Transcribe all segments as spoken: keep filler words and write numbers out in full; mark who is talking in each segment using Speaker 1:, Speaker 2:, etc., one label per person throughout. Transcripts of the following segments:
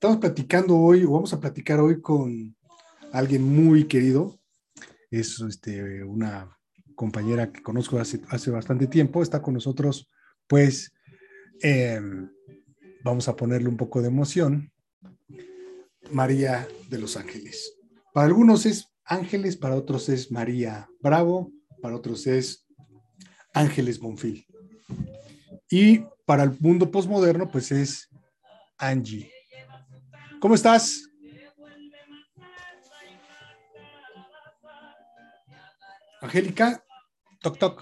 Speaker 1: Estamos platicando hoy, o vamos a platicar hoy con alguien muy querido. Es este, una compañera que conozco hace, hace bastante tiempo. Está con nosotros, pues, eh, vamos a ponerle un poco de emoción. María de los Ángeles. Para algunos es Ángeles, para otros es María Bravo, para otros es Ángeles Bonfil. Y para el mundo postmoderno, pues es Angie. ¿Cómo estás? Angélica, toc toc.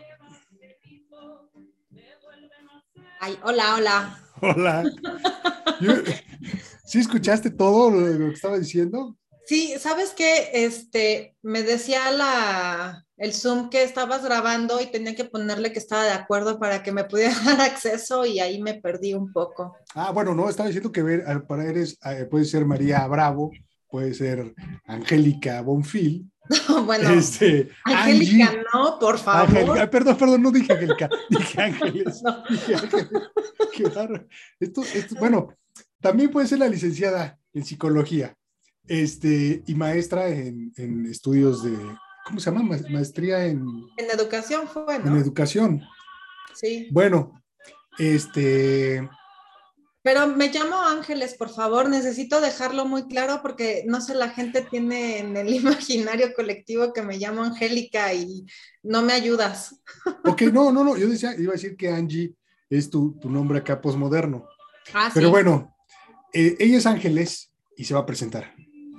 Speaker 2: Ay, hola, hola.
Speaker 1: Hola. Yo, ¿sí escuchaste todo lo que estaba diciendo?
Speaker 2: Sí, ¿sabes qué? Este, me decía la, el Zoom que estabas grabando y tenía que ponerle que estaba de acuerdo para que me pudiera dar acceso y ahí me perdí un poco.
Speaker 1: Ah, bueno, no, estaba diciendo que ver, para eres, eh, puede ser María Bravo, puede ser Angélica Bonfil,
Speaker 2: Bueno,
Speaker 1: este,
Speaker 2: Angélica,
Speaker 1: Angie,
Speaker 2: no, por
Speaker 1: Angélica,
Speaker 2: favor.
Speaker 1: ah, perdón, perdón, no dije Angélica, dije Ángeles,
Speaker 2: No.
Speaker 1: dije Ángeles, qué bárbaro. Esto, esto, bueno, también puede ser la licenciada en psicología, este, y maestra en, en estudios de, ¿cómo se llama? Ma- Maestría en,
Speaker 2: En educación fue,
Speaker 1: en
Speaker 2: ¿no?
Speaker 1: educación.
Speaker 2: Sí.
Speaker 1: Bueno, este,
Speaker 2: Pero me llamo Ángeles, por favor, necesito dejarlo muy claro porque no sé, la gente tiene en el imaginario colectivo que me llamo Angélica y no me ayudas.
Speaker 1: ok, no, no, no, yo decía, iba a decir que Angie es tu, tu nombre acá posmoderno,
Speaker 2: Ah,
Speaker 1: pero
Speaker 2: sí.
Speaker 1: bueno, eh, ella es Ángeles y se va a presentar.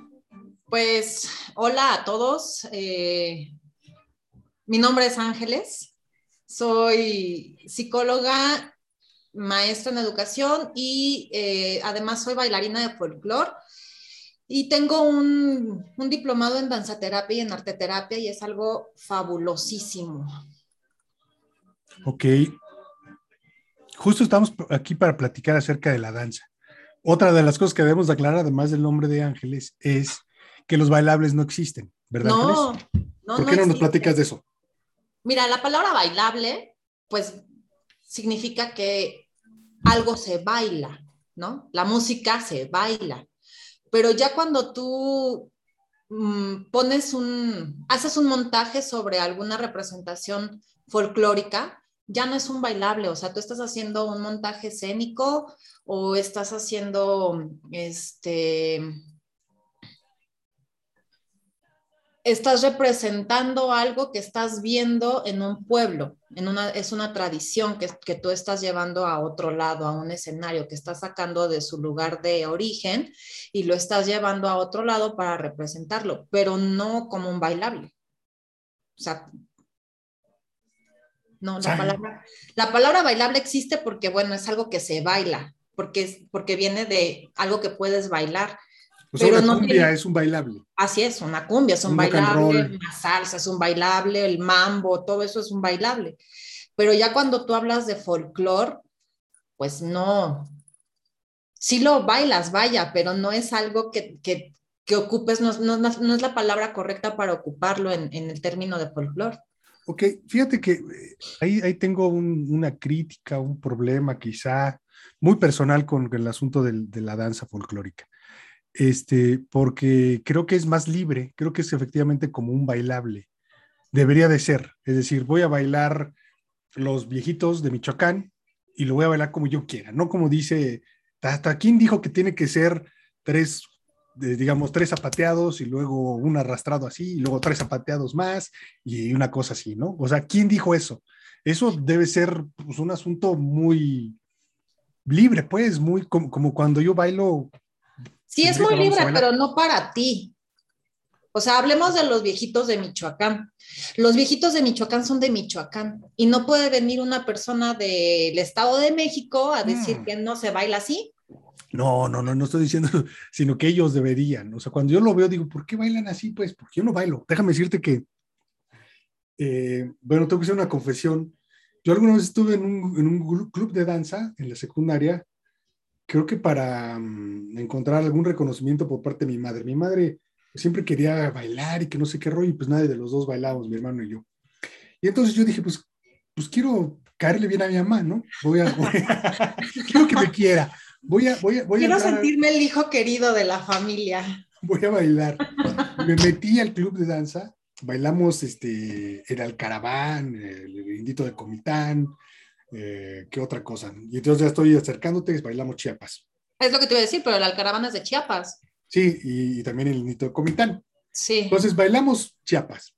Speaker 2: Pues hola a todos. Eh, mi nombre es Ángeles. Soy psicóloga, maestra en educación y eh, además soy bailarina de folclore. Y tengo un, un diplomado en danzaterapia y en arteterapia y es algo fabulosísimo.
Speaker 1: Ok, justo estamos aquí para platicar acerca de la danza. Otra de las cosas que debemos aclarar, además del nombre de Ángeles, es que los bailables no existen, ¿verdad, Ángeles?
Speaker 2: No, no,
Speaker 1: ¿Por
Speaker 2: no
Speaker 1: qué no nos platicas
Speaker 2: existe.
Speaker 1: de eso?
Speaker 2: Mira, la palabra bailable, pues significa que algo se baila, ¿no? La música se baila. Pero ya cuando tú mmm, pones un, haces un montaje sobre alguna representación folclórica, ya no es un bailable, o sea, tú estás haciendo un montaje escénico o estás haciendo, este, estás representando algo que estás viendo en un pueblo, en una, es una tradición que, que tú estás llevando a otro lado, a un escenario que estás sacando de su lugar de origen y lo estás llevando a otro lado para representarlo, pero no como un bailable. O sea, no,
Speaker 1: O
Speaker 2: la
Speaker 1: sea,
Speaker 2: palabra, la palabra bailable existe porque, bueno, es algo que se baila, porque, es, porque viene de algo que puedes bailar,
Speaker 1: o sea,
Speaker 2: pero
Speaker 1: una
Speaker 2: no
Speaker 1: cumbia
Speaker 2: tiene,
Speaker 1: es un bailable,
Speaker 2: así es, una cumbia es un
Speaker 1: un rock and
Speaker 2: bailable,
Speaker 1: roll.
Speaker 2: una salsa es un bailable, el mambo, todo eso es un bailable. Pero ya cuando tú hablas de folclore, pues no, sí lo bailas, vaya, pero no es algo que, que, que ocupes, no, no, no, es la palabra correcta para ocuparlo en, en el término de folclore.
Speaker 1: Ok, fíjate que eh, ahí, ahí tengo un, una crítica, un problema quizá muy personal con el asunto del, de la danza folclórica. Este, porque creo que es más libre, creo que es efectivamente como un bailable, debería de ser, es decir, voy a bailar los viejitos de Michoacán y lo voy a bailar como yo quiera, no como dice, hasta quién dijo que tiene que ser tres, de, digamos, tres zapateados y luego un arrastrado así y luego tres zapateados más y una cosa así, ¿no? O sea, ¿quién dijo eso? Eso debe ser pues, un asunto muy libre, pues, muy como, como cuando yo bailo,
Speaker 2: Sí, es
Speaker 1: Angélica,
Speaker 2: muy
Speaker 1: vamos a
Speaker 2: libre,
Speaker 1: bailar.
Speaker 2: pero no para ti. O sea, hablemos de los viejitos de Michoacán. Los viejitos de Michoacán son de Michoacán y no puede venir una persona del Estado de México a decir
Speaker 1: Mm.
Speaker 2: que no se baila así.
Speaker 1: No, no, no, no estoy diciendo, sino que ellos deberían. O sea, cuando yo lo veo, digo, ¿por qué bailan así? Pues, porque yo no bailo. Déjame decirte que, eh, bueno, tengo que hacer una confesión. Yo alguna vez estuve en un, en un club de danza en la secundaria, creo que para um, encontrar algún reconocimiento por parte de mi madre. Mi madre siempre quería bailar y que no sé qué rollo, y pues nadie de los dos bailábamos, mi hermano y yo. Y entonces yo dije, pues, pues quiero caerle bien a mi mamá, ¿no? Voy a, voy a quiero que me quiera. voy a, voy a, voy a
Speaker 2: Quiero
Speaker 1: entrar,
Speaker 2: sentirme el hijo querido de la familia.
Speaker 1: voy a bailar. Me metí al club de danza, bailamos este, el Alcaraván, el, el Indito de Comitán, eh, ¿qué otra cosa? Y entonces ya estoy acercándote, bailamos Chiapas.
Speaker 2: Es lo que te iba a decir, pero el Alcaraván es de Chiapas.
Speaker 1: Sí, y, y también el Indito de Comitán.
Speaker 2: Sí.
Speaker 1: Entonces bailamos Chiapas.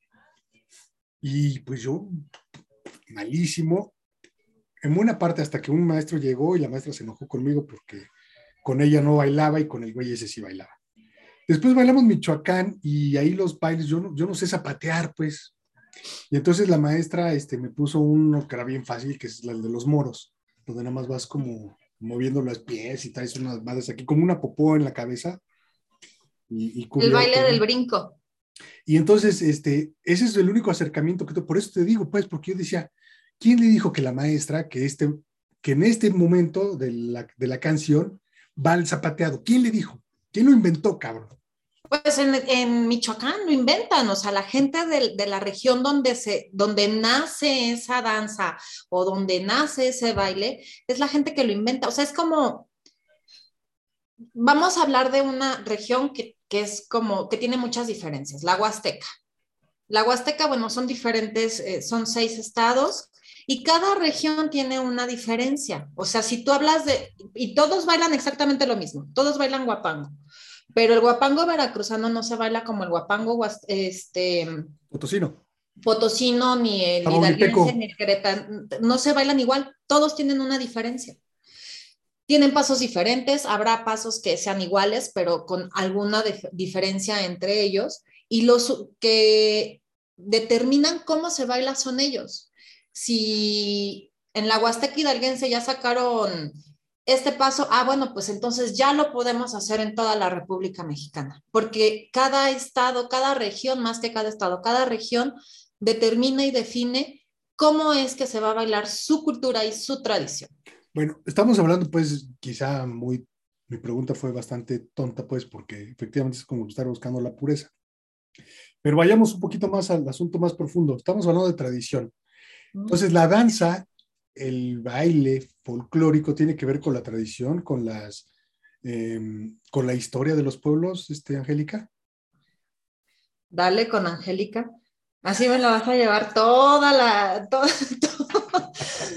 Speaker 1: Y pues yo, malísimo, en buena parte hasta que un maestro llegó y la maestra se enojó conmigo porque con ella no bailaba y con el güey ese sí bailaba. Después bailamos Michoacán y ahí los bailes, yo no, yo no sé zapatear, pues. Y entonces la maestra este, me puso uno que era bien fácil, que es el de los moros, donde nada más vas como moviendo los pies y traes unas madres aquí, como una popó en la cabeza y, y
Speaker 2: El baile
Speaker 1: cubierto,
Speaker 2: del
Speaker 1: ¿no?
Speaker 2: brinco.
Speaker 1: Y entonces, este, ese es el único acercamiento que tengo. Por eso te digo, pues, porque yo decía, ¿quién le dijo que la maestra, que, este, que en este momento de la, de la canción va el zapateado? ¿Quién le dijo? ¿Quién lo inventó, cabrón?
Speaker 2: Pues en, en Michoacán lo inventan, o sea, la gente de, de la región donde, se, donde nace esa danza o donde nace ese baile, es la gente que lo inventa. O sea, es como, vamos a hablar de una región que, que es como, que tiene muchas diferencias, la Huasteca. La Huasteca, bueno, son diferentes, eh, son seis estados y cada región tiene una diferencia. O sea, si tú hablas de, y todos bailan exactamente lo mismo, todos bailan guapango, pero el guapango veracruzano no se baila como el guapango este,
Speaker 1: Potosino.
Speaker 2: potosino, ni el hidalguense,
Speaker 1: Tamaulipeco.
Speaker 2: ni el queretano, no se bailan igual, todos tienen una diferencia. Tienen pasos diferentes, habrá pasos que sean iguales, pero con alguna diferencia entre ellos, y los que determinan cómo se baila son ellos. Si en la Huasteca hidalguense ya sacaron este paso, ah, bueno, pues entonces ya lo podemos hacer en toda la República Mexicana, porque cada estado, cada región, más que cada estado, cada región determina y define cómo es que se va a bailar su cultura y su tradición.
Speaker 1: Bueno, estamos hablando, pues, quizá muy, mi pregunta fue bastante tonta, pues, porque efectivamente es como estar buscando la pureza. Pero vayamos un poquito más al asunto más profundo. Estamos hablando de tradición. Entonces, la danza, el baile folclórico tiene que ver con la tradición, con las, eh, con la historia de los pueblos, este, Angélica.
Speaker 2: Dale con Angélica. Así me la vas a llevar toda la, toda, toda,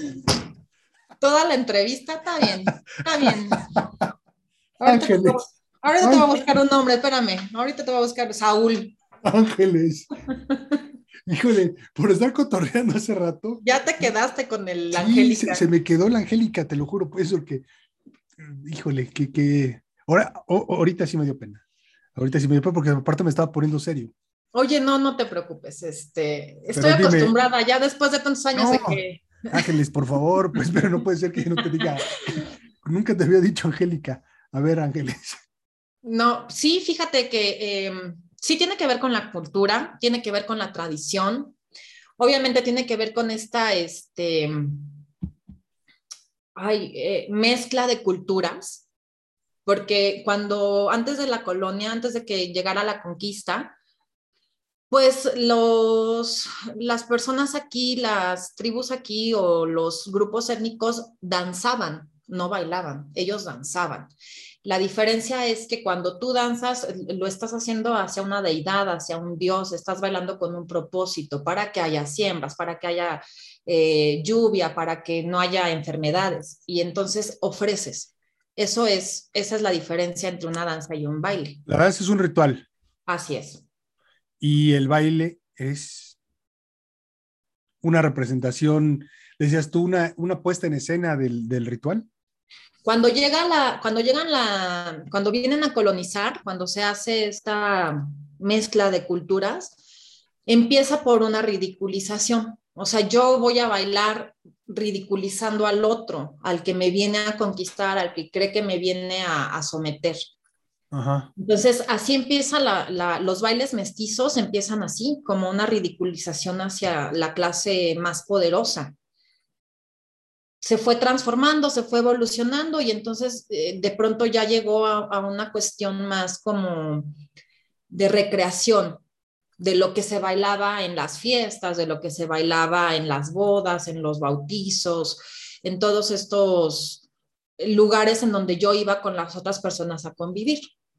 Speaker 2: toda la entrevista. Está bien, está bien. Ahorita te, voy,
Speaker 1: Ángeles,
Speaker 2: ahorita te voy a
Speaker 1: Ángel,
Speaker 2: buscar un nombre, espérame. Ahorita te voy a buscar Saúl.
Speaker 1: Ángeles. Híjole, por estar cotorreando hace rato,
Speaker 2: Ya te quedaste con el
Speaker 1: sí, se,
Speaker 2: Angélica.
Speaker 1: se me quedó la Angélica, te lo juro, pues, porque, híjole, que, que, ahora, o- ahorita sí me dio pena. Ahorita sí me dio pena porque aparte me estaba poniendo serio.
Speaker 2: Oye, no, no te preocupes. Este, estoy
Speaker 1: Pero dime,
Speaker 2: acostumbrada ya después de tantos años
Speaker 1: no,
Speaker 2: de que.
Speaker 1: Ángeles, por favor, pues, pero no puede ser que yo no te diga, nunca te había dicho Angélica. A ver, Ángeles.
Speaker 2: No, sí, fíjate que eh, sí tiene que ver con la cultura, tiene que ver con la tradición. Obviamente tiene que ver con esta, este, ay, eh, mezcla de culturas, porque cuando antes de la colonia, antes de que llegara la conquista, pues los, las personas aquí, las tribus aquí o los grupos étnicos danzaban, no bailaban, ellos danzaban. La diferencia es que cuando tú danzas, lo estás haciendo hacia una deidad, hacia un dios, estás bailando con un propósito para que haya siembras, para que haya eh, lluvia, para que no haya enfermedades. Y entonces ofreces. Eso es, esa es la diferencia entre una danza y un baile.
Speaker 1: La verdad es un ritual
Speaker 2: Así es.
Speaker 1: y el baile es una representación, decías tú, una, una puesta en escena del, del ritual.
Speaker 2: Cuando llega la, cuando llegan la, cuando vienen a colonizar, cuando se hace esta mezcla de culturas, empieza por una ridiculización. O sea, yo voy a bailar ridiculizando al otro, al que me viene a conquistar, al que cree que me viene a, a someter.
Speaker 1: Ajá.
Speaker 2: Entonces, así empieza la, la, los bailes mestizos, empiezan así, como una ridiculización hacia la clase más poderosa. Se fue transformando, se fue evolucionando y entonces eh, de pronto ya llegó a, a una cuestión más como de recreación, de lo que se bailaba en las fiestas, de lo que se bailaba en las bodas, en los bautizos, en todos estos lugares en donde yo iba con las otras personas a convivir.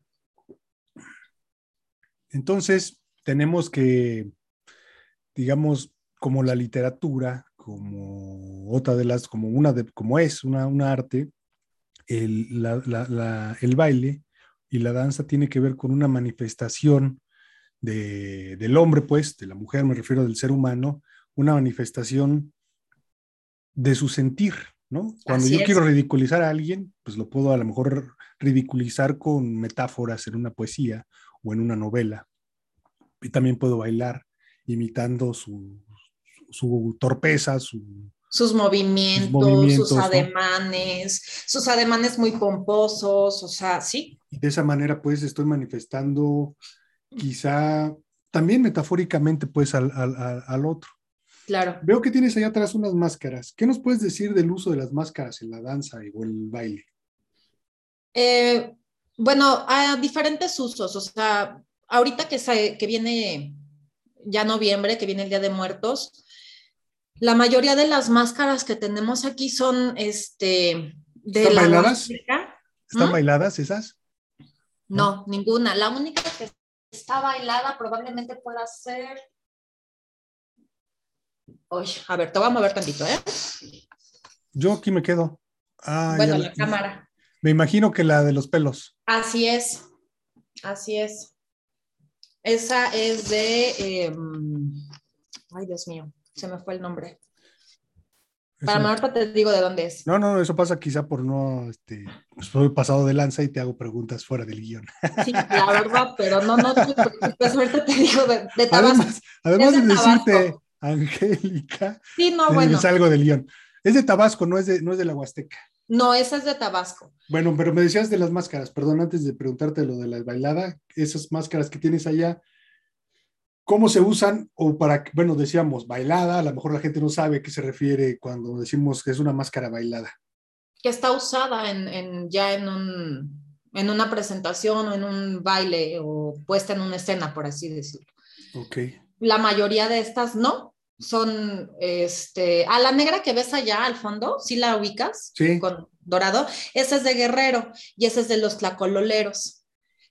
Speaker 1: Entonces, tenemos que, digamos, como la literatura, como otra de las, como una de, como es una, una arte, el, la, la, la, el baile y la danza tiene que ver con una manifestación de, del hombre, pues, de la mujer, me refiero del ser humano, una manifestación de su sentir, ¿no? Cuando
Speaker 2: Así
Speaker 1: yo quiero
Speaker 2: es.
Speaker 1: ridiculizar a alguien, pues lo puedo a lo mejor ridiculizar con metáforas en una poesía o en una novela. Y también puedo bailar imitando su, su, su torpeza, su,
Speaker 2: Sus
Speaker 1: sus
Speaker 2: movimientos, sus
Speaker 1: movimientos, ¿no?
Speaker 2: ademanes, sus ademanes muy pomposos, o sea, sí.
Speaker 1: Y de esa manera, pues, estoy manifestando quizá también metafóricamente, pues, al, al, al, al otro.
Speaker 2: Claro.
Speaker 1: Veo que tienes allá atrás unas máscaras. ¿Qué nos puedes decir del uso de las máscaras en la danza o el baile?
Speaker 2: Eh, bueno, a diferentes usos, o sea, ahorita que, se, que viene ya noviembre, que viene el Día de Muertos, la mayoría de las máscaras que tenemos aquí son este, de
Speaker 1: ¿Están
Speaker 2: la
Speaker 1: bailadas?
Speaker 2: Huasteca.
Speaker 1: ¿Están
Speaker 2: ¿Mm?
Speaker 1: bailadas esas? ¿No?
Speaker 2: No, ninguna. La única que está bailada probablemente pueda ser. Oye, a ver, te voy a mover tantito, ¿eh?
Speaker 1: Yo aquí me quedo. Ah, ya
Speaker 2: Bueno,
Speaker 1: la-
Speaker 2: la cámara.
Speaker 1: me imagino que la de los pelos.
Speaker 2: Así es, así es. Esa es de. Eh, ay, Dios mío, se me fue el nombre. Para
Speaker 1: Eso,
Speaker 2: ahorita te digo de dónde es.
Speaker 1: no, no, eso pasa quizá por no, este, pues soy pasado de lanza y te hago preguntas fuera del guión.
Speaker 2: Sí, la verdad, pero no, no te preocupes, ahorita te digo de, de Tabasco.
Speaker 1: Además,
Speaker 2: Es
Speaker 1: además
Speaker 2: de
Speaker 1: de decirte,
Speaker 2: Tabasco.
Speaker 1: Angélica,
Speaker 2: Sí, no,
Speaker 1: me
Speaker 2: bueno.
Speaker 1: salgo del guión. Es de Tabasco, no es de, no es de la Huasteca.
Speaker 2: No, esa es de Tabasco.
Speaker 1: Bueno, pero me decías de las máscaras, perdón, antes de preguntarte lo de la bailada, esas máscaras que tienes allá, ¿cómo se usan? O para, bueno, decíamos bailada, a lo mejor la gente no sabe a qué se refiere cuando decimos que es una máscara bailada.
Speaker 2: Que está usada en, en, ya en, un, en una presentación o en un baile o puesta en una escena, por así decirlo.
Speaker 1: Ok.
Speaker 2: La mayoría de estas no, son, este, a la negra que ves allá al fondo, ¿sí la ubicas?
Speaker 1: Sí,
Speaker 2: Con dorado, esa es de Guerrero y esa es de los tlacololeros.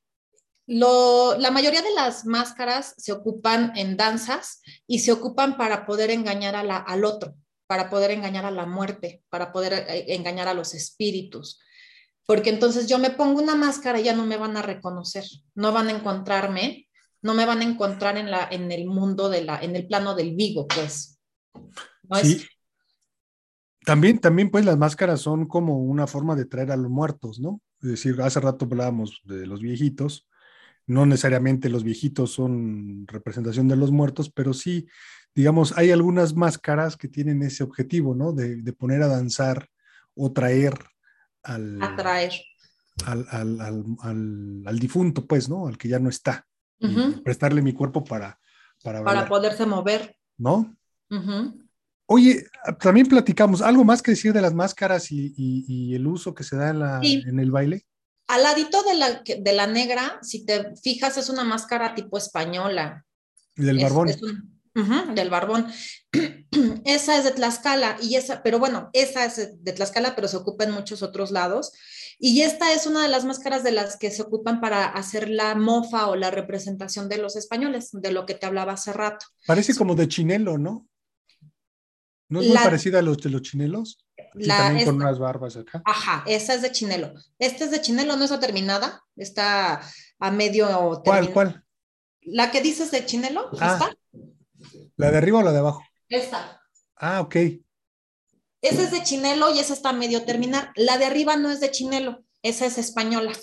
Speaker 2: Lo, la mayoría de las máscaras se ocupan en danzas y se ocupan para poder engañar a la, al otro, para poder engañar a la muerte, para poder eh, engañar a los espíritus. Porque entonces yo me pongo una máscara y ya no me van a reconocer, no van a encontrarme, no me van a encontrar en, la, en el mundo, de la, en el plano del vivo, pues. No es,
Speaker 1: sí. También, también, pues las máscaras son como una forma de traer a los muertos, ¿no? Es decir, hace rato hablábamos de los viejitos, no necesariamente los viejitos son representación de los muertos, pero sí, digamos, hay algunas máscaras que tienen ese objetivo, ¿no? De, de poner a danzar o traer al,
Speaker 2: atraer.
Speaker 1: al, al, al, al, al difunto, pues, ¿no? Al que ya no está,
Speaker 2: Uh
Speaker 1: y
Speaker 2: -huh.
Speaker 1: prestarle mi cuerpo para, para
Speaker 2: Para
Speaker 1: bailar,
Speaker 2: poderse mover.
Speaker 1: ¿no?
Speaker 2: Uh -huh.
Speaker 1: Oye, también platicamos algo más que decir de las máscaras y, y, y el uso que se da en, la,
Speaker 2: Sí,
Speaker 1: en el baile.
Speaker 2: al ladito de la, de la negra, si te fijas, es una máscara tipo española.
Speaker 1: Del
Speaker 2: Es, es
Speaker 1: barbón.
Speaker 2: un, uh-huh, del barbón. Esa es de Tlaxcala, y esa, pero bueno, esa es de Tlaxcala, pero se ocupa en muchos otros lados. Y esta es una de las máscaras de las que se ocupan para hacer la mofa o la representación de los españoles, de lo que te hablaba hace rato.
Speaker 1: Parece como de chinelo, ¿no? ¿No es muy
Speaker 2: La,
Speaker 1: parecida a los de los chinelos? Así
Speaker 2: la,
Speaker 1: también con
Speaker 2: esta,
Speaker 1: unas barbas acá.
Speaker 2: ajá, esa es de chinelo. Esta es de chinelo, no está terminada, está a medio
Speaker 1: ¿Cuál,
Speaker 2: terminar.
Speaker 1: cuál?
Speaker 2: La que dices de chinelo,
Speaker 1: Ah,
Speaker 2: ¿está?
Speaker 1: ¿la de arriba o la de abajo?
Speaker 2: Esta.
Speaker 1: Ah, ok.
Speaker 2: Esa es de chinelo y esa está a medio terminar. La de arriba no es de chinelo, esa es española.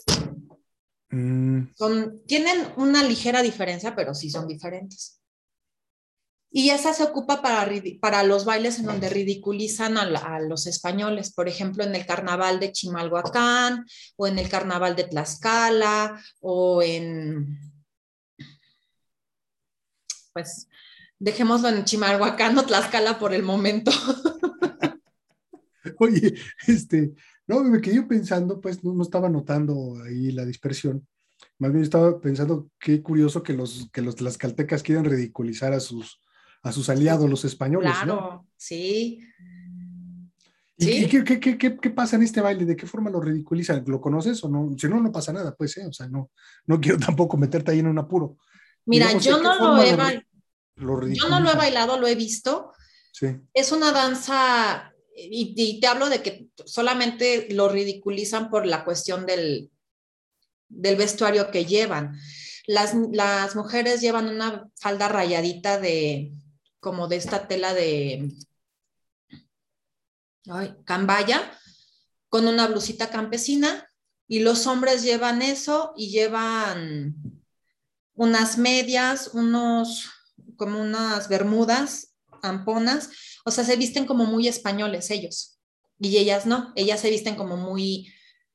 Speaker 1: Mm,
Speaker 2: Son, tienen una ligera diferencia, pero sí son diferentes. Y esa se ocupa para, para los bailes en donde ridiculizan a, la, a, los españoles, por ejemplo, en el carnaval de Chimalhuacán, o en el carnaval de Tlaxcala, o en, pues, dejémoslo en Chimalhuacán o Tlaxcala por el momento.
Speaker 1: oye, este, no, me quedé pensando, pues no, no estaba notando ahí la dispersión. Más bien estaba pensando qué curioso que los, que los tlaxcaltecas quieren ridiculizar a sus, a sus aliados, los españoles, ¿no?
Speaker 2: Claro, sí.
Speaker 1: ¿Y, y
Speaker 2: ¿sí?
Speaker 1: qué, qué, qué, qué, qué pasa en este baile? ¿De qué forma lo ridiculizan? ¿Lo conoces o no? Si no, no pasa nada, pues, ¿eh? O sea, no, no quiero tampoco meterte ahí en un apuro.
Speaker 2: Mira,
Speaker 1: Digamos, ¿de
Speaker 2: yo
Speaker 1: qué
Speaker 2: no lo
Speaker 1: forma
Speaker 2: he,
Speaker 1: lo, ri-
Speaker 2: ba-
Speaker 1: lo
Speaker 2: yo no lo he
Speaker 1: ridiculizan?
Speaker 2: bailado, lo he visto.
Speaker 1: Sí,
Speaker 2: Es una danza, y, y te hablo de que solamente lo ridiculizan por la cuestión del, del vestuario que llevan. Las, las mujeres llevan una falda rayadita de, como de esta tela de ay, cambaya, con una blusita campesina, y los hombres llevan eso y llevan unas medias, unos, como unas bermudas, amponas, o sea, se visten como muy españoles ellos, y ellas no, ellas se visten como muy,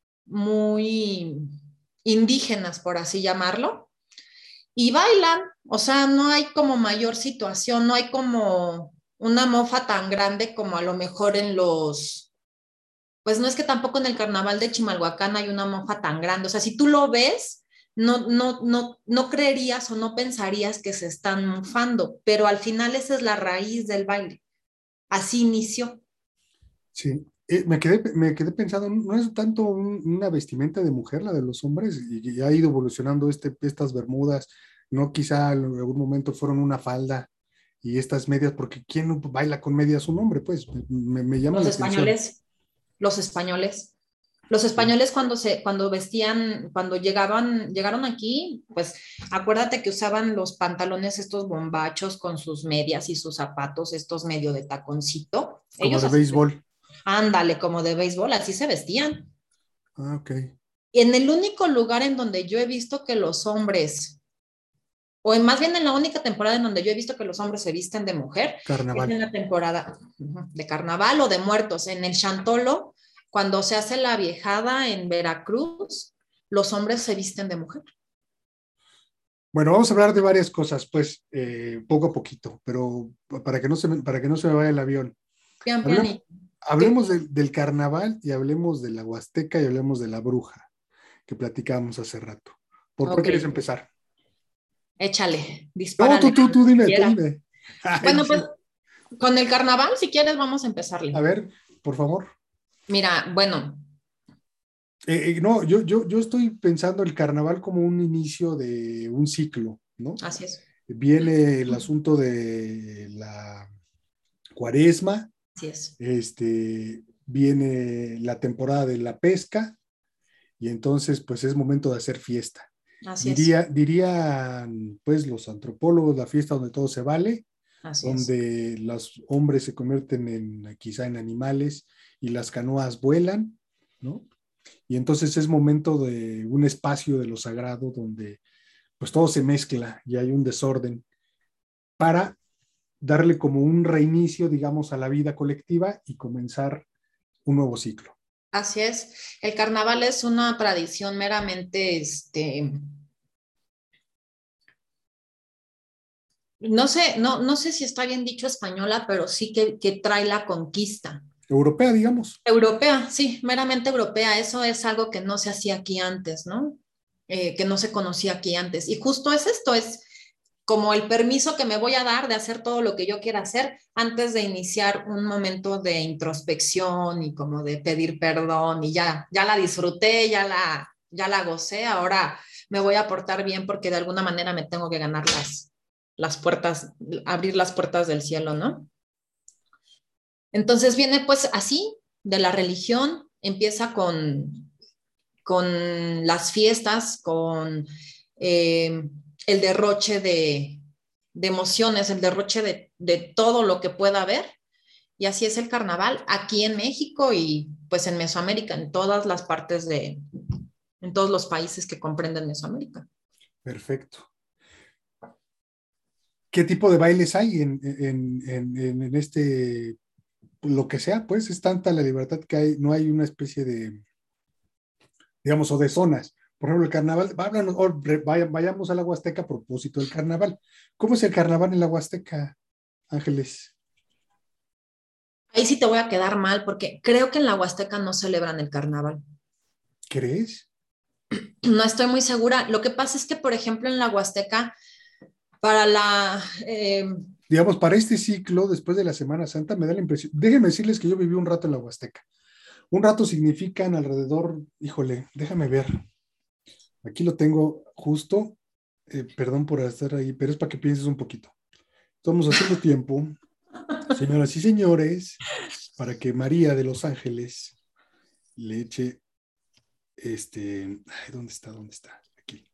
Speaker 2: muy indígenas, por así llamarlo, y bailan, o sea, no hay como mayor situación, no hay como una mofa tan grande como a lo mejor en los, pues no es que tampoco en el carnaval de Chimalhuacán hay una mofa tan grande, o sea, si tú lo ves, no, no, no, no creerías o no pensarías que se están mofando, pero al final esa es la raíz del baile, así inició.
Speaker 1: sí. Eh, me quedé, me quedé pensando, ¿no es tanto un- una vestimenta de mujer la de los hombres? Y, y ha ido evolucionando este, estas bermudas, ¿no? Quizá en algún momento fueron una falda y estas medias, porque ¿quién no baila con medias un hombre? Pues me, me llama
Speaker 2: Los
Speaker 1: la atención.
Speaker 2: españoles, los españoles. Los
Speaker 1: Sí.
Speaker 2: españoles cuando se, cuando vestían, cuando llegaban, llegaron aquí, pues acuérdate que usaban los pantalones estos bombachos con sus medias y sus zapatos, estos medio de taconcito.
Speaker 1: Como
Speaker 2: Ellos
Speaker 1: de
Speaker 2: así,
Speaker 1: béisbol.
Speaker 2: ándale, como de béisbol, así se vestían.
Speaker 1: Ah, ok.
Speaker 2: Y en el único lugar en donde yo he visto que los hombres, o en, más bien en la única temporada en donde yo he visto que los hombres se visten de mujer, es
Speaker 1: Carnaval.
Speaker 2: en la temporada de carnaval o de muertos. En el Chantolo, cuando se hace la viejada en Veracruz, los hombres se visten de mujer.
Speaker 1: Bueno, vamos a hablar de varias cosas, pues, eh, poco a poquito, pero para que no se me, para que no se me vaya el avión.
Speaker 2: Pian, pian,
Speaker 1: Hablemos,
Speaker 2: y ¿qué?
Speaker 1: hablemos del, del carnaval y hablemos de la Huasteca y hablemos de la bruja que platicábamos hace rato. ¿Por cuál
Speaker 2: Ok,
Speaker 1: quieres empezar?
Speaker 2: échale,
Speaker 1: No,
Speaker 2: dispárale,
Speaker 1: tú, tú, tú
Speaker 2: como
Speaker 1: dime, tú
Speaker 2: quiera.
Speaker 1: dime. Ay,
Speaker 2: Bueno, pues
Speaker 1: sí.
Speaker 2: con el carnaval, si quieres, vamos a
Speaker 1: A
Speaker 2: empezarle.
Speaker 1: ver, por favor.
Speaker 2: Mira, bueno,
Speaker 1: Eh, eh, no, yo, yo, yo estoy pensando el carnaval como un inicio de un ciclo, ¿no?
Speaker 2: así es,
Speaker 1: Viene el asunto de la cuaresma,
Speaker 2: así es,
Speaker 1: este, viene la temporada de la pesca y entonces pues es momento de hacer fiesta.
Speaker 2: así es,
Speaker 1: Diría, dirían pues los antropólogos, la fiesta donde todo se vale,
Speaker 2: así es.
Speaker 1: donde los hombres se convierten en quizá en animales y las canoas vuelan, ¿no? Y entonces es momento de un espacio de lo sagrado donde pues todo se mezcla y hay un desorden para darle como un reinicio, digamos, a la vida colectiva y comenzar un nuevo ciclo.
Speaker 2: Así es. El carnaval es una tradición meramente, este, no sé, no, no sé si está bien dicho española, pero sí que, que trae la conquista.
Speaker 1: Europea, digamos.
Speaker 2: Europea, sí, meramente europea. Eso es algo que no se hacía aquí antes, ¿no? Eh, que no se conocía aquí antes. Y justo es esto, es como el permiso que me voy a dar de hacer todo lo que yo quiera hacer antes de iniciar un momento de introspección y como de pedir perdón y ya, ya la disfruté, ya la, ya la gocé, ahora me voy a portar bien porque de alguna manera me tengo que ganar las, las puertas, abrir las puertas del cielo, ¿no? Entonces viene pues así de la religión, empieza con, con las fiestas, con eh, el derroche de, de, emociones, el derroche de, de todo lo que pueda haber. Y así es el carnaval aquí en México y pues en Mesoamérica, en todas las partes de, en todos los países que comprenden Mesoamérica.
Speaker 1: Perfecto. ¿Qué tipo de bailes hay en, en, en, en este, lo que sea? Pues es tanta la libertad que hay, no hay una especie de, digamos, o de zonas. Por ejemplo, el carnaval, háblanos, o vaya- vayamos a la Huasteca a propósito del carnaval. ¿Cómo es el carnaval en la Huasteca, Ángeles?
Speaker 2: Ahí sí te voy a quedar mal porque creo que en la Huasteca no celebran el carnaval.
Speaker 1: ¿Crees?
Speaker 2: No estoy muy segura. Lo que pasa es que, por ejemplo, en la Huasteca, para la, eh,
Speaker 1: digamos, para este ciclo, después de la Semana Santa, me da la impresión, déjenme decirles que yo viví un rato en la Huasteca. Un rato significan alrededor, híjole, déjame ver, aquí lo tengo justo, eh, perdón por estar ahí, pero es para que pienses un poquito. Estamos haciendo tiempo, señoras y señores, para que María de Los Ángeles le eche, este, ay, ¿dónde está? ¿Dónde está? Aquí.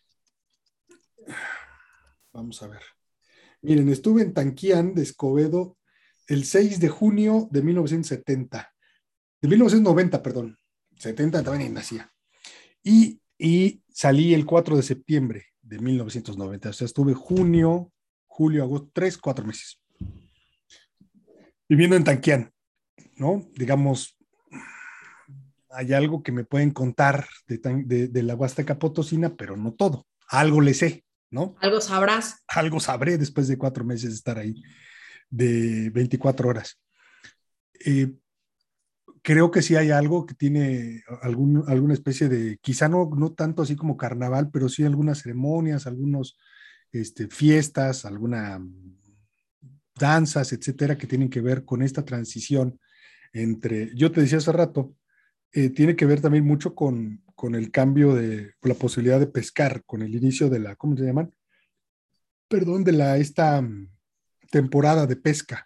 Speaker 1: Vamos a ver. Miren, estuve en Tanquián de Escobedo el seis de junio de mil novecientos setenta, de mil novecientos noventa, perdón, setenta también ni nacía. Y, y salí el cuatro de septiembre de mil novecientos noventa, o sea, estuve junio, julio, agosto, tres, cuatro meses viviendo en Tanquián, ¿no? Digamos, hay algo que me pueden contar de, de, de la Huasteca Potosina, pero no todo. Algo le sé, ¿no?
Speaker 2: Algo sabrás.
Speaker 1: Algo sabré después de cuatro meses de estar ahí, de veinticuatro horas. Eh, creo que sí hay algo que tiene algún, alguna especie de, quizá no, no tanto así como carnaval, pero sí algunas ceremonias, algunos este, fiestas, algunas danzas, etcétera, que tienen que ver con esta transición entre, yo te decía hace rato, eh, tiene que ver también mucho con, con el cambio de, con la posibilidad de pescar, con el inicio de la, ¿cómo se llaman? Perdón, de la, esta um, temporada de pesca,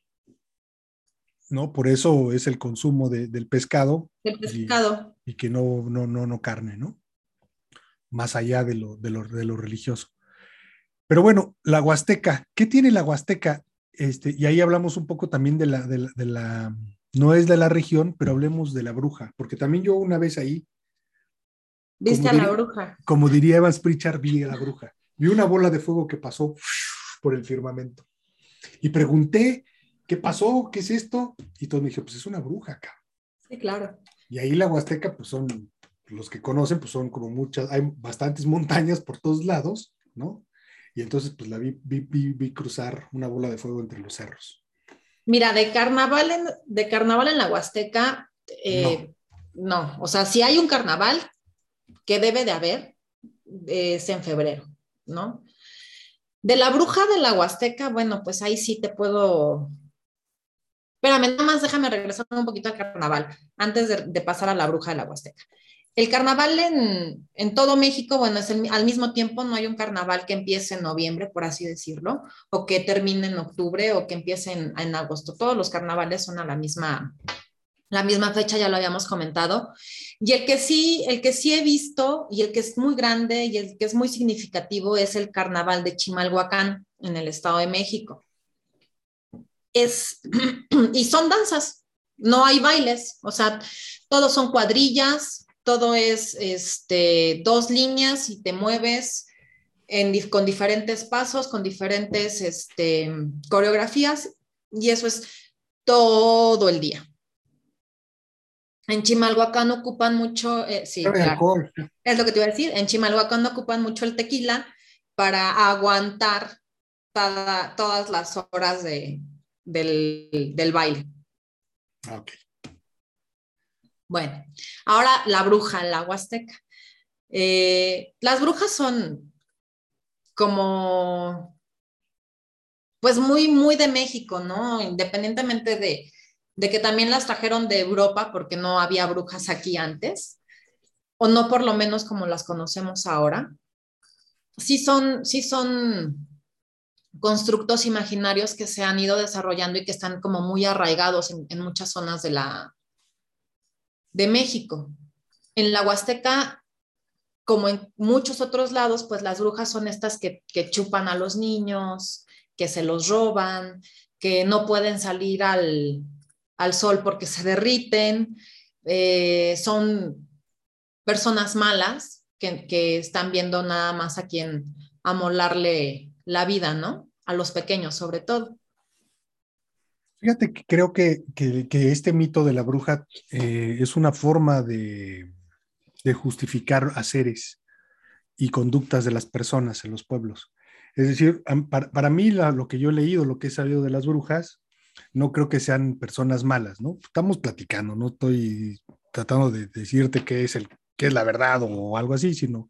Speaker 1: ¿no? Por eso es el consumo de, del pescado
Speaker 2: El
Speaker 1: y,
Speaker 2: pescado.
Speaker 1: y que no, no, no, no carne, ¿no? Más allá de lo, de lo, de lo religioso. Pero bueno, la Huasteca, ¿qué tiene la Huasteca? Este, y ahí hablamos un poco también de la, de la, de la, no es de la región, pero hablemos de la bruja, porque también yo una vez ahí,
Speaker 2: ¿Viste
Speaker 1: como,
Speaker 2: a la
Speaker 1: dir,
Speaker 2: bruja?
Speaker 1: como diría Evans Pritchard, vi a la bruja. Vi una bola de fuego que pasó por el firmamento. Y pregunté, ¿qué pasó? ¿Qué es esto? Y todos me dijeron, pues es una bruja acá.
Speaker 2: Sí, claro.
Speaker 1: Y ahí la Huasteca, pues son, los que conocen, pues son como muchas, hay bastantes montañas por todos lados, ¿no? Y entonces, pues la vi, vi, vi, vi cruzar una bola de fuego entre los cerros.
Speaker 2: Mira, de carnaval en, de carnaval en la Huasteca,
Speaker 1: No.
Speaker 2: eh, no. O sea, si hay un carnaval que debe de haber, eh, es en febrero, ¿no? De la bruja de la Huasteca, bueno, pues ahí sí te puedo. Espérame, nada más déjame regresar un poquito al carnaval antes de, de pasar a la bruja de la Huasteca. El carnaval en, en todo México, bueno, es el, al mismo tiempo, no hay un carnaval que empiece en noviembre, por así decirlo, o que termine en octubre o que empiece en, en agosto. Todos los carnavales son a la misma, la misma fecha, ya lo habíamos comentado. Y el que sí, el que sí he visto y el que es muy grande y el que es muy significativo es el carnaval de Chimalhuacán en el Estado de México. Es, y son danzas, no hay bailes, o sea, todos son cuadrillas, todo es este, dos líneas y te mueves en, con diferentes pasos, con diferentes este, coreografías, y eso es todo el día. En Chimalhuacán ocupan mucho, eh, sí,
Speaker 1: Hay
Speaker 2: claro,
Speaker 1: alcohol.
Speaker 2: es lo que te iba a decir, en Chimalhuacán ocupan mucho el tequila para aguantar toda, todas las horas de, del, del baile.
Speaker 1: Ok.
Speaker 2: Bueno, ahora la bruja, la Huasteca. Eh, las brujas son como, pues muy, muy de México, ¿no? Independientemente de, de que también las trajeron de Europa porque no había brujas aquí antes, o no por lo menos como las conocemos ahora. Sí son, sí son constructos imaginarios que se han ido desarrollando y que están como muy arraigados en, en muchas zonas de, la, de México. En la Huasteca, como en muchos otros lados, pues las brujas son estas que, que chupan a los niños, que se los roban, que no pueden salir al, al sol porque se derriten, eh, son personas malas que, que, están viendo nada más a quien amolarle la vida, ¿no? A los pequeños sobre todo.
Speaker 1: Fíjate que creo que, que, que este mito de la bruja eh, es una forma de, de justificar haceres y conductas de las personas en los pueblos. Es decir, para, para mí la, lo que yo he leído, lo que he sabido de las brujas, no creo que sean personas malas, ¿no? Estamos platicando, no estoy tratando de decirte qué es, el, qué es la verdad o algo así, sino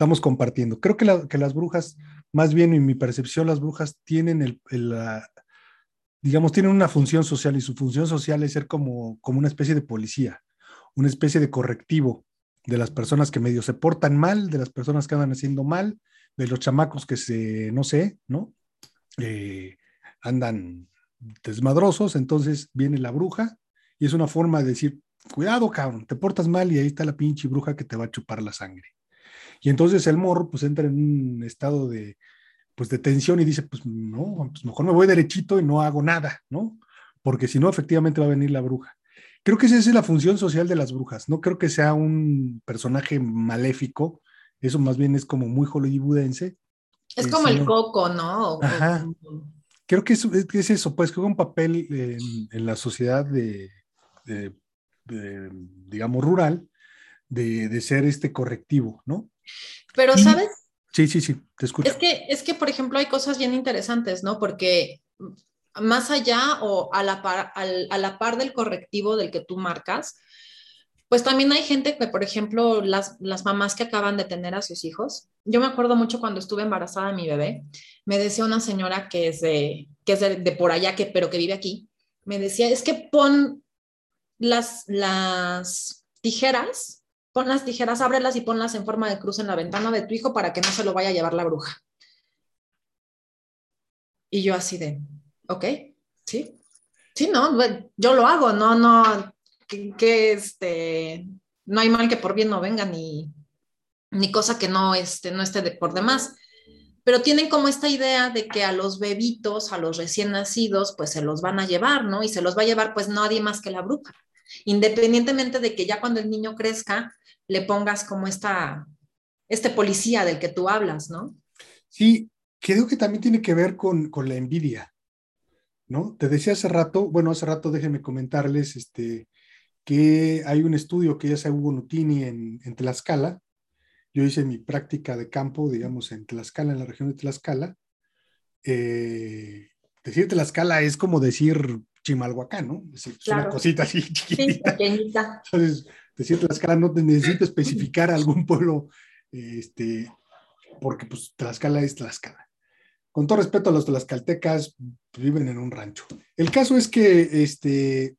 Speaker 1: estamos compartiendo. Creo que, la, que las brujas, más bien en mi percepción, las brujas tienen el, el la, digamos, tienen una función social y su función social es ser como, como una especie de policía, una especie de correctivo de las personas que medio se portan mal, de las personas que andan haciendo mal, de los chamacos que se, no sé, ¿no? Eh, andan desmadrosos, entonces viene la bruja y es una forma de decir, cuidado, cabrón, te portas mal y ahí está la pinche bruja que te va a chupar la sangre. Y entonces el morro pues entra en un estado de, pues, de tensión y dice, pues no, pues mejor me voy derechito y no hago nada, ¿no? Porque si no, efectivamente va a venir la bruja. Creo que esa es la función social de las brujas, no creo que sea un personaje maléfico, eso más bien es como muy hollywoodense,
Speaker 2: Es
Speaker 1: eh,
Speaker 2: como el
Speaker 1: sino,
Speaker 2: coco, ¿no? O, o
Speaker 1: ajá,
Speaker 2: como...
Speaker 1: creo que es, es eso, pues que juega un papel en, en la sociedad de, de, de, digamos, rural, de, de ser este correctivo, ¿no?
Speaker 2: Pero,
Speaker 1: Y
Speaker 2: ¿sabes?
Speaker 1: sí, sí, sí, te
Speaker 2: Es
Speaker 1: escucho.
Speaker 2: que, es que, por ejemplo, hay cosas bien interesantes, ¿no? Porque más allá o a la par, al, a la par del correctivo del que tú marcas, pues también hay gente que, por ejemplo, las, las mamás que acaban de tener a sus hijos. Yo me acuerdo mucho cuando estuve embarazada de mi bebé, me decía una señora que es de, que es de, de por allá, que, pero que vive aquí, me decía, es que pon las, las tijeras, pon las tijeras, ábrelas y ponlas en forma de cruz en la ventana de tu hijo para que no se lo vaya a llevar la bruja. Y yo así de, ok, sí, sí, no, yo lo hago, no, no, que, que, este, no hay mal que por bien no venga, ni, ni cosa que no, este, no esté de, por demás. Pero tienen como esta idea de que a los bebitos, a los recién nacidos, pues se los van a llevar, ¿no? Y se los va a llevar pues nadie más que la bruja. Independientemente de que ya cuando el niño crezca, le pongas como esta, este policía del que tú hablas, ¿no?
Speaker 1: Sí, creo que también tiene que ver con, con la envidia, ¿no? Te decía hace rato, bueno, hace rato déjenme comentarles este, que hay un estudio que ya se Hugo Nutini en, en Tlaxcala. Yo hice mi práctica de campo, digamos, en Tlaxcala, en la región de Tlaxcala. Eh, decir Tlaxcala es como decir Chimalhuacán, ¿no? Es, es una
Speaker 2: Claro,
Speaker 1: cosita así
Speaker 2: sí,
Speaker 1: chiquitita.
Speaker 2: pequeñita.
Speaker 1: Entonces, decir Tlaxcala no te necesito especificar algún pueblo, este, porque pues Tlaxcala es Tlaxcala. Con todo respeto a los tlaxcaltecas, pues, viven en un rancho. El caso es que este,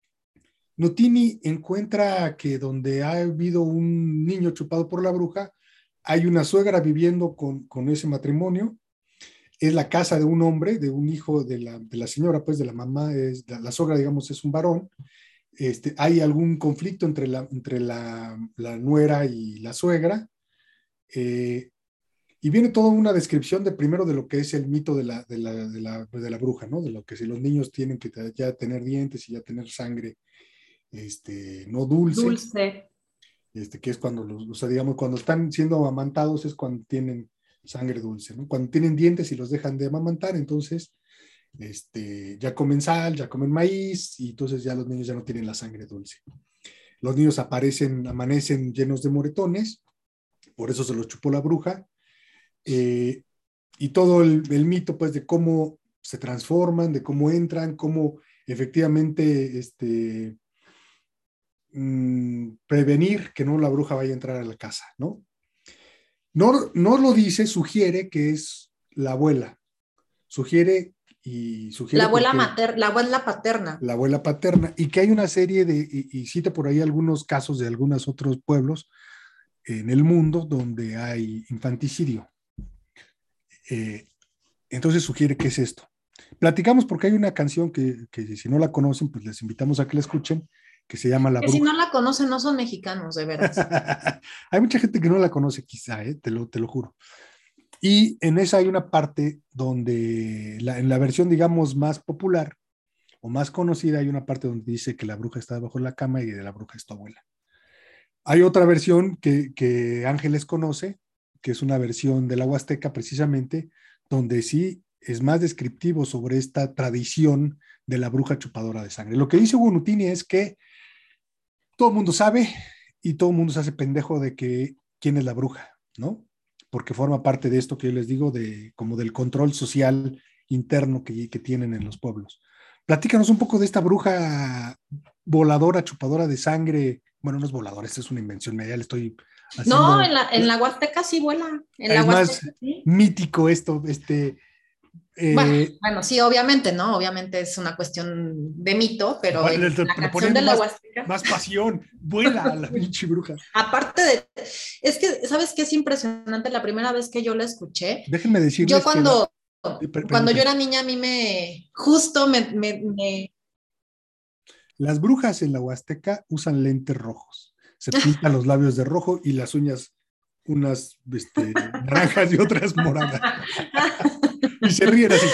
Speaker 1: Nutini encuentra que donde ha habido un niño chupado por la bruja, hay una suegra viviendo con, con ese matrimonio. Es la casa de un hombre, de un hijo de la, de la señora, pues de la mamá, es, la, la sogra, digamos, es un varón. Este, hay algún conflicto entre la, entre la, la nuera y la suegra. Eh, y viene toda una descripción de primero de lo que es el mito de la, de la, de la, de la bruja, ¿no? De lo que si los niños tienen que ya tener dientes y ya tener sangre este, no dulce,
Speaker 2: Dulce.
Speaker 1: este, que es cuando los, o sea, digamos, cuando están siendo amamantados es cuando tienen sangre dulce, ¿no? Cuando tienen dientes y los dejan de amamantar, entonces este, ya comen sal, ya comen maíz y entonces ya los niños ya no tienen la sangre dulce. Los niños aparecen, amanecen llenos de moretones, por eso se los chupó la bruja, eh, y todo el, el, mito pues de cómo se transforman, de cómo entran, cómo efectivamente este, mmm, prevenir que no la bruja vaya a entrar a la casa, ¿no? No, no lo dice, sugiere que es la abuela, sugiere y
Speaker 2: La
Speaker 1: sugiere
Speaker 2: abuela
Speaker 1: porque
Speaker 2: materna, la abuela paterna.
Speaker 1: la abuela paterna, y que hay una serie de, y, y cita por ahí algunos casos de algunos otros pueblos en el mundo donde hay infanticidio. Eh, entonces sugiere que es esto. Platicamos porque hay una canción que, que si no la conocen, pues les invitamos a que la escuchen, que se llama La
Speaker 2: Que si no
Speaker 1: Bruja.
Speaker 2: la conocen, no son mexicanos, de veras.
Speaker 1: Hay mucha gente que no la conoce quizá, ¿eh? te, lo, te lo juro. Y en esa hay una parte donde, la, en la versión digamos más popular o más conocida, hay una parte donde dice que la bruja está debajo de la cama y de la bruja es tu abuela. Hay otra versión que, que Ángeles conoce, que es una versión de la Huasteca precisamente, donde sí es más descriptivo sobre esta tradición de la bruja chupadora de sangre. Lo que dice Hugo Nutini es que todo el mundo sabe y todo el mundo se hace pendejo de que quién es la bruja, ¿no? Porque forma parte de esto que yo les digo, de como del control social interno que, que tienen en los pueblos. Platícanos un poco de esta bruja voladora, chupadora de sangre. Bueno, no es voladora, esta es una invención, ya le estoy
Speaker 2: No,
Speaker 1: haciendo...
Speaker 2: en la, en la Huasteca sí vuela. En la
Speaker 1: Es más
Speaker 2: Huasteca sí.
Speaker 1: mítico esto, este...
Speaker 2: Bueno,
Speaker 1: eh,
Speaker 2: bueno, sí, obviamente, ¿no? Obviamente es una cuestión de mito, pero
Speaker 1: le,
Speaker 2: en
Speaker 1: le-
Speaker 2: la
Speaker 1: le
Speaker 2: canción
Speaker 1: ponen
Speaker 2: de la
Speaker 1: más,
Speaker 2: Huasteca,
Speaker 1: más pasión, vuela a la pinche bruja.
Speaker 2: aparte de, es que, ¿sabes qué es impresionante? La primera vez que yo la escuché,
Speaker 1: Déjenme
Speaker 2: yo
Speaker 1: decirles que la,
Speaker 2: cuando,
Speaker 1: eh, per-
Speaker 2: cuando yo
Speaker 1: permítanme,
Speaker 2: era niña, a mí me, justo me, me, me
Speaker 1: las brujas en la Huasteca usan lentes rojos, se pintan los labios de rojo y las uñas unas este, naranjas y otras moradas. Y se ríen así.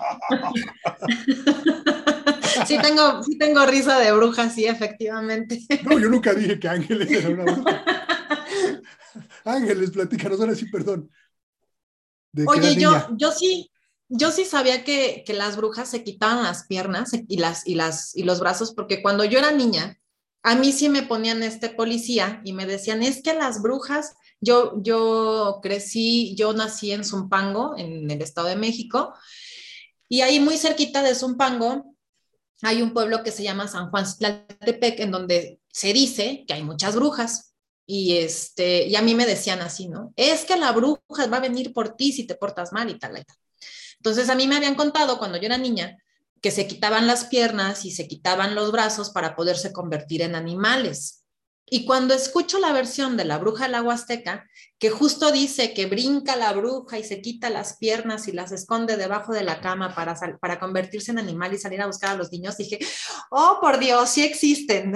Speaker 2: sí tengo, sí tengo risa de bruja, sí, efectivamente.
Speaker 1: No, yo nunca dije que Ángeles era una bruja. Ángeles, platícanos ahora sí, perdón, de que eras
Speaker 2: Oye, yo,
Speaker 1: niña.
Speaker 2: yo sí, yo sí sabía que, que las brujas se quitaban las piernas y, las, y, las, y los brazos, porque cuando yo era niña, a mí sí me ponían este policía y me decían, es que las brujas, yo, yo crecí, yo nací en Zumpango, en el Estado de México, y ahí muy cerquita de Zumpango hay un pueblo que se llama San Juan Tlaltepec, en donde se dice que hay muchas brujas. Y, este, y a mí me decían así, ¿no? Es que la bruja va a venir por ti si te portas mal y tal, y tal. Entonces a mí me habían contado cuando yo era niña que se quitaban las piernas y se quitaban los brazos para poderse convertir en animales. Y cuando escucho la versión de la bruja de la Huasteca, que justo dice que brinca la bruja y se quita las piernas y las esconde debajo de la cama para, sal, para convertirse en animal y salir a buscar a los niños, dije, oh, por Dios, sí existen.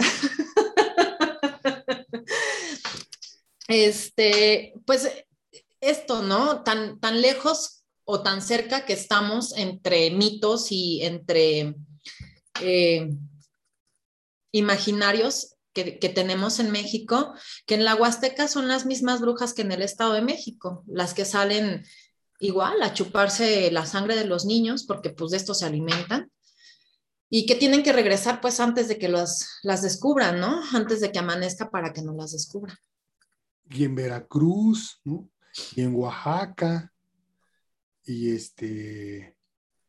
Speaker 2: Este, pues esto, ¿no? Tan, tan lejos o tan cerca que estamos entre mitos y entre eh, imaginarios que, que, tenemos en México, que en la Huasteca son las mismas brujas que en el Estado de México, las que salen igual a chuparse la sangre de los niños, porque pues de esto se alimentan, y que tienen que regresar pues antes de que los, las descubran, ¿no? Antes de que amanezca para que no las descubran.
Speaker 1: Y en Veracruz, ¿no? Y en Oaxaca, y este,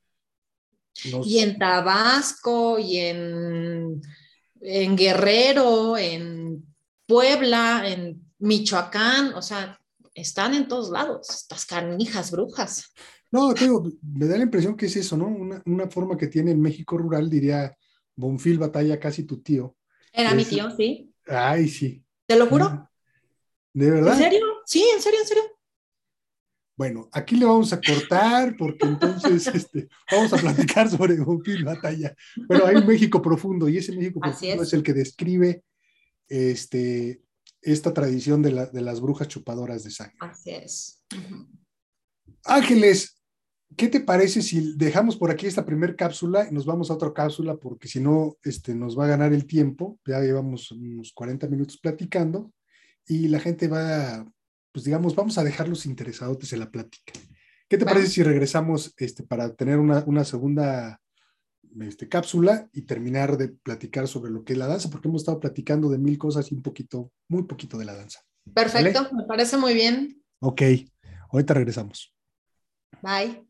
Speaker 2: Y
Speaker 1: nos,
Speaker 2: en Tabasco, y en, en Guerrero, en Puebla, en Michoacán, o sea, están en todos lados, estas canijas brujas.
Speaker 1: no, te digo, me da la impresión que es eso, ¿no? Una, una forma que tiene el México rural, diría Bonfil Batalla, casi tu tío,
Speaker 2: Era
Speaker 1: que
Speaker 2: mi
Speaker 1: es,
Speaker 2: tío, sí.
Speaker 1: ay, sí,
Speaker 2: ¿Te lo
Speaker 1: ¿de
Speaker 2: juro? ¿En
Speaker 1: verdad?
Speaker 2: serio? Sí, en serio, en serio.
Speaker 1: Bueno, aquí le vamos a cortar porque entonces este, vamos a platicar sobre Bonfil Batalla. Pero hay un México profundo y ese México
Speaker 2: Así
Speaker 1: profundo es
Speaker 2: es.
Speaker 1: el que describe este, esta tradición de, la, de las brujas chupadoras de sangre.
Speaker 2: Así es. Uh-huh.
Speaker 1: Ángeles, ¿qué te parece si dejamos por aquí esta primera cápsula y nos vamos a otra cápsula? Porque si no, este, nos va a ganar el tiempo. Ya llevamos unos cuarenta minutos platicando y la gente va, pues digamos, vamos a dejarlos interesados en la plática. ¿Qué te parece
Speaker 2: Bueno,
Speaker 1: si regresamos este, para tener una, una segunda este, cápsula y terminar de platicar sobre lo que es la danza? Porque hemos estado platicando de mil cosas y un poquito, muy poquito de la danza. ¿Vale?
Speaker 2: perfecto, me parece muy bien.
Speaker 1: Ok, ahorita regresamos.
Speaker 2: Bye.